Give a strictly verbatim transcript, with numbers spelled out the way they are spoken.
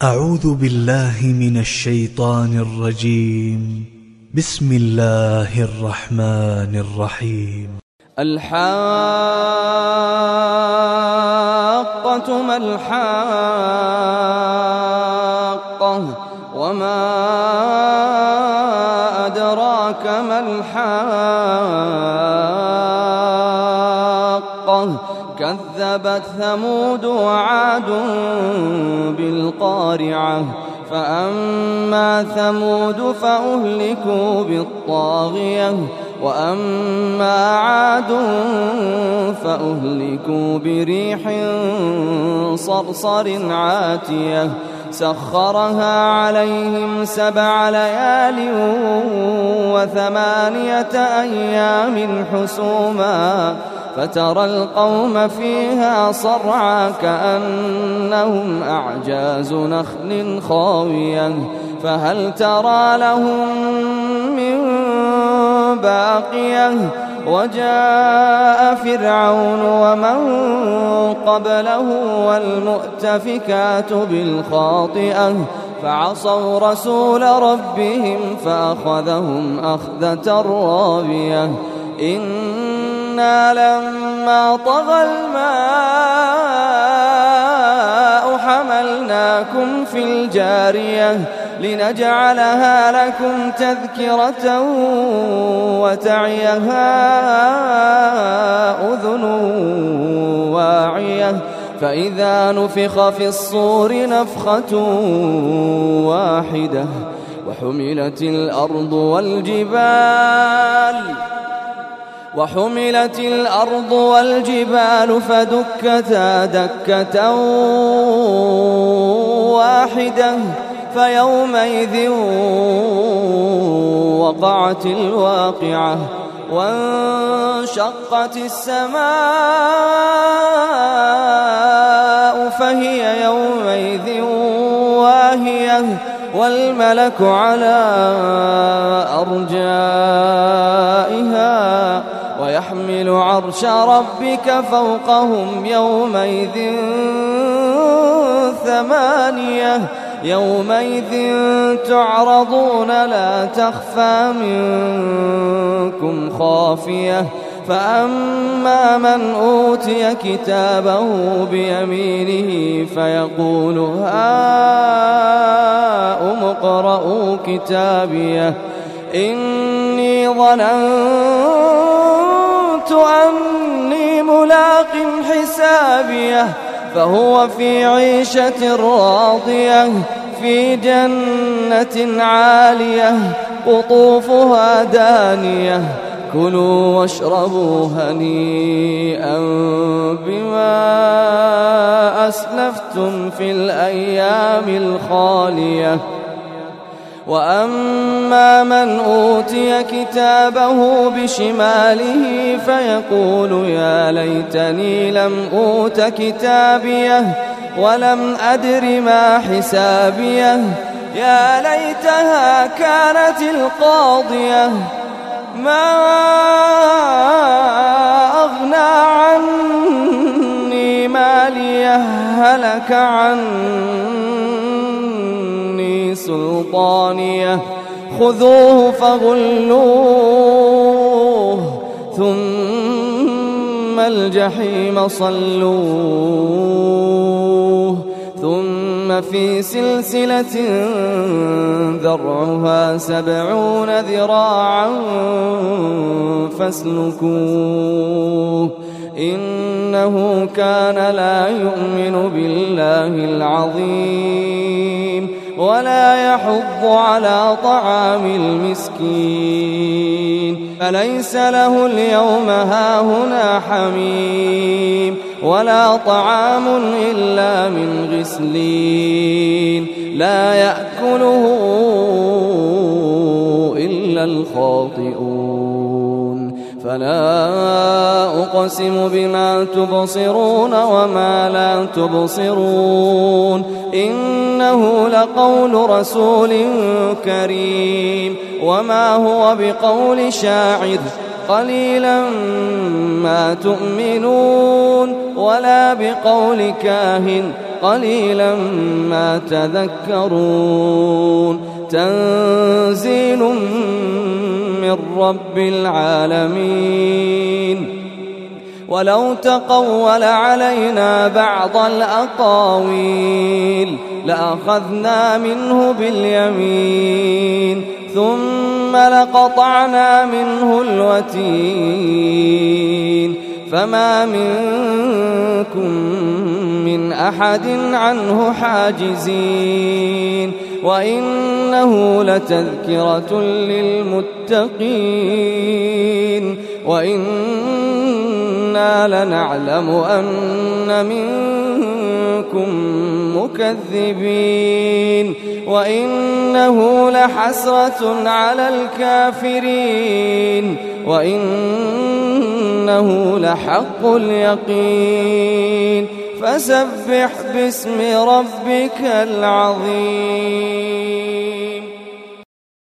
أعوذ بالله من الشيطان الرجيم. بسم الله الرحمن الرحيم. الحاقة ما الحاقة وما أدراك ما الحاقة كذبت ثمود وعاد بالقارعة فأما ثمود فأهلكوا بالطاغية وأما عاد فأهلكوا بريح صرصر عاتية سخرها عليهم سبع ليال وثمانية أيام حسوما فترى القوم فيها صرعى كأنهم أعجاز نخل خاوية فهل ترى لهم من باقية وجاء فرعون ومن قبله والمؤتفكات بالخاطئة فعصوا رسول ربهم فأخذهم أخذة رابية إنا لما طغى الماء حملناكم في الجارية لنجعلها لكم تذكرة وتعيها أذن واعية فإذا نفخ في الصور نفخة واحدة وحملت الأرض والجبال وحملت الأرض والجبال فدكتا دكة واحدة فيومئذ وقعت الواقعة وانشقت السماء فهي يومئذ واهية والملك على أرجائها ويحمل عرش ربك فوقهم يومئذ ثمانية يومئذ تعرضون لا تخفى منكم خافية فأما من أوتي كتابه بيمينه فيقول هاؤم اقرءوا كتابيه إني ظننت أني ملاق حسابيه فهو في عيشة راضية في جنة عالية قطوفها دانية كلوا واشربوا هنيئا بما أسلفتم في الأيام الخالية وأما من أوتي كتابه بشماله فيقول يا ليتني لم أوت كتابيه ولم أدر ما حسابيه يا ليتها كانت القاضية ما أغنى عني ماليه هلك عني سلطانيه خذوه فغلوه ثم الجحيم صلوه ثم في سلسلة ذرعها سبعون ذراعا فاسلكوه إنه كان لا يؤمن بالله العظيم ولا يحض على طعام المسكين فليس له اليوم هاهنا حميم ولا طعام إلا من غسلين لا يأكله إلا الخاطئون فلا أقسم بما تبصرون وما لا تبصرون إنه لقول رسول كريم وما هو بقول شاعر قليلا ما تؤمنون ولا بقول كاهن قليلا ما تذكرون تنزيل من رب العالمين ولو تقول علينا بعض الأقاويل لأخذنا منه باليمين ثم لقطعنا منه الوتين فما منكم من أحد عنه حاجزين وإنه لتذكرة للمتقين وإنا لنعلم أن منكم مكذبين وإنه لحسرة على الكافرين وإنه لحق اليقين فسبح باسم ربك العظيم.